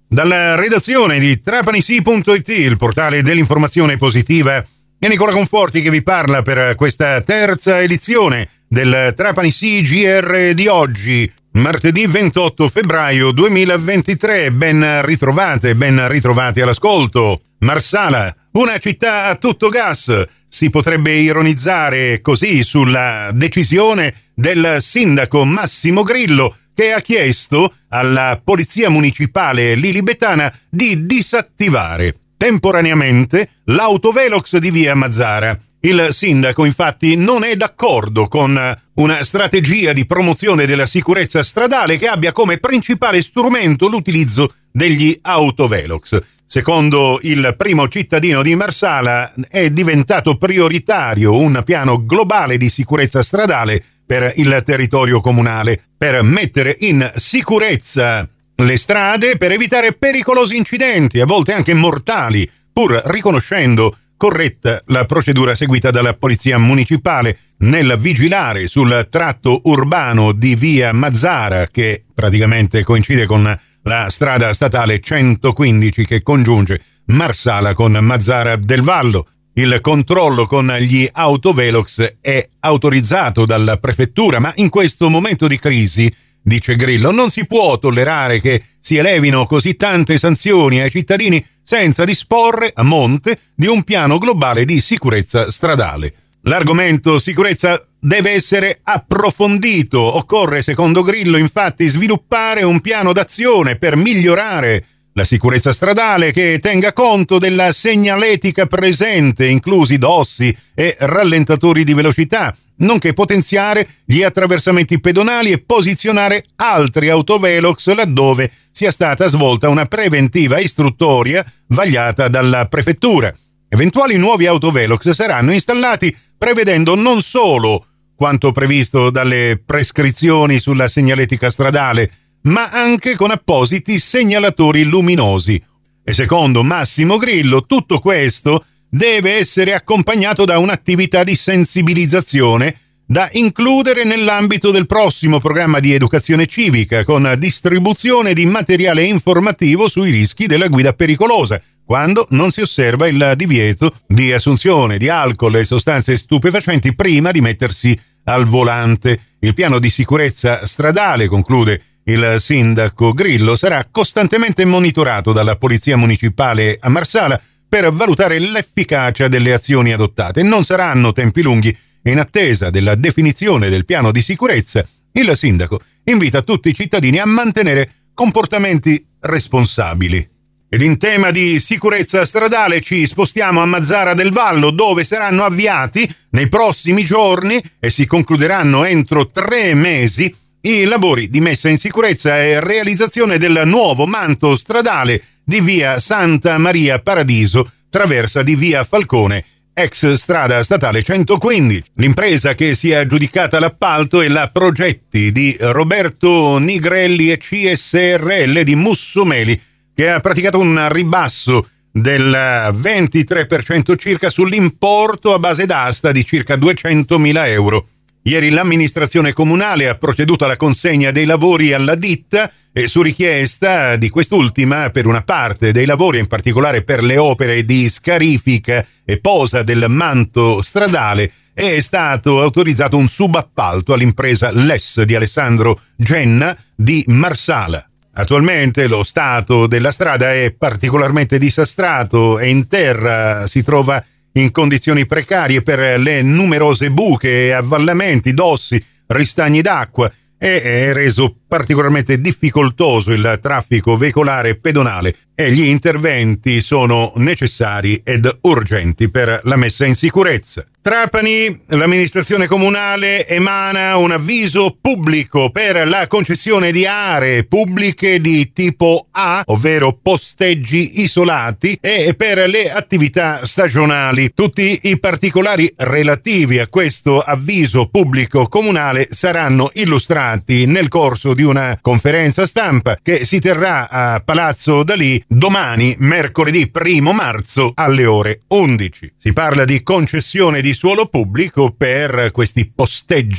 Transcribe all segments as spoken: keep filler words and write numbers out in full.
Dalla redazione di Trapanisi punto it, il portale dell'informazione positiva, è Nicola Conforti che vi parla per questa terza edizione del Trapanisi G R di oggi, martedì ventotto febbraio duemilaventitré. Ben ritrovate, ben ritrovati all'ascolto. Marsala, una città a tutto gas. Si potrebbe ironizzare così sulla decisione del sindaco Massimo Grillo, che ha chiesto alla polizia municipale lilibetana di disattivare temporaneamente l'autovelox di via Mazzara. Il sindaco infatti non è d'accordo con una strategia di promozione della sicurezza stradale che abbia come principale strumento l'utilizzo degli autovelox. Secondo il primo cittadino di Marsala è diventato prioritario un piano globale di sicurezza stradale per il territorio comunale, per mettere in sicurezza le strade, per evitare pericolosi incidenti, a volte anche mortali, pur riconoscendo corretta la procedura seguita dalla polizia municipale nel vigilare sul tratto urbano di via Mazzara, che praticamente coincide con la strada statale centoquindici che congiunge Marsala con Mazzara del Vallo. Il controllo con gli autovelox è autorizzato dalla prefettura, ma in questo momento di crisi, dice Grillo, non si può tollerare che si elevino così tante sanzioni ai cittadini senza disporre a monte di un piano globale di sicurezza stradale. L'argomento sicurezza deve essere approfondito. Occorre, secondo Grillo, infatti, sviluppare un piano d'azione per migliorare la sicurezza stradale che tenga conto della segnaletica presente, inclusi dossi e rallentatori di velocità, nonché potenziare gli attraversamenti pedonali e posizionare altri autovelox laddove sia stata svolta una preventiva istruttoria vagliata dalla prefettura. Eventuali nuovi autovelox saranno installati prevedendo non solo quanto previsto dalle prescrizioni sulla segnaletica stradale, ma anche con appositi segnalatori luminosi. E secondo Massimo Grillo tutto questo deve essere accompagnato da un'attività di sensibilizzazione da includere nell'ambito del prossimo programma di educazione civica, con distribuzione di materiale informativo sui rischi della guida pericolosa, quando non si osserva il divieto di assunzione di alcol e sostanze stupefacenti prima di mettersi al volante. Il piano di sicurezza stradale, conclude il sindaco Grillo, sarà costantemente monitorato dalla polizia municipale a Marsala per valutare l'efficacia delle azioni adottate. Non saranno tempi lunghi. In attesa della definizione del piano di sicurezza, il sindaco invita tutti i cittadini a mantenere comportamenti responsabili. Ed in tema di sicurezza stradale ci spostiamo a Mazzara del Vallo, dove saranno avviati nei prossimi giorni e si concluderanno entro tre mesi i lavori di messa in sicurezza e realizzazione del nuovo manto stradale di via Santa Maria Paradiso, traversa di via Falcone, ex strada statale centoquindici. L'impresa che si è aggiudicata l'appalto è la Progetti di Roberto Nigrelli e C S R L di Mussomeli, che ha praticato un ribasso del ventitré per cento circa sull'importo a base d'asta di circa duecentomila euro. Ieri l'amministrazione comunale ha proceduto alla consegna dei lavori alla ditta e su richiesta di quest'ultima per una parte dei lavori, in particolare per le opere di scarifica e posa del manto stradale, è stato autorizzato un subappalto all'impresa L E S di Alessandro Genna di Marsala. Attualmente lo stato della strada è particolarmente disastrato e in terra si trova in condizioni precarie per le numerose buche e avvallamenti, dossi, ristagni d'acqua, e è reso particolarmente difficoltoso il traffico veicolare pedonale e gli interventi sono necessari ed urgenti per la messa in sicurezza. Trapani, l'amministrazione comunale emana un avviso pubblico per la concessione di aree pubbliche di tipo A, ovvero posteggi isolati, e per le attività stagionali. Tutti i particolari relativi a questo avviso pubblico comunale saranno illustrati nel corso di una conferenza stampa che si terrà a Palazzo Dalì domani, mercoledì primo marzo alle ore undici. Si parla di concessione di suolo pubblico per questi posteggi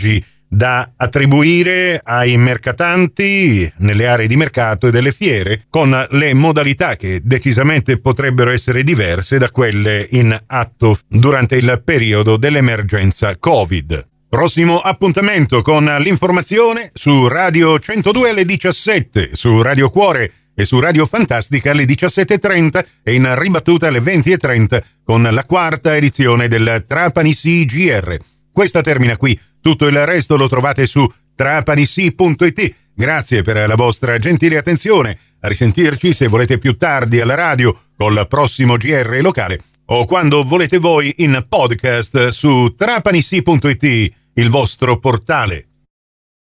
da attribuire ai mercatanti nelle aree di mercato e delle fiere, con le modalità che decisamente potrebbero essere diverse da quelle in atto durante il periodo dell'emergenza Covid. Prossimo appuntamento con l'informazione su Radio centodue alle diciassette, su Radio Cuore e su Radio Fantastica alle diciassette e trenta e in ribattuta alle venti e trenta con la quarta edizione del Trapani C G R. Questa termina qui, tutto il resto lo trovate su trapanisi punto it. Grazie per la vostra gentile attenzione, a risentirci se volete più tardi alla radio col prossimo G R locale o quando volete voi in podcast su trapanisi punto it, il vostro portale.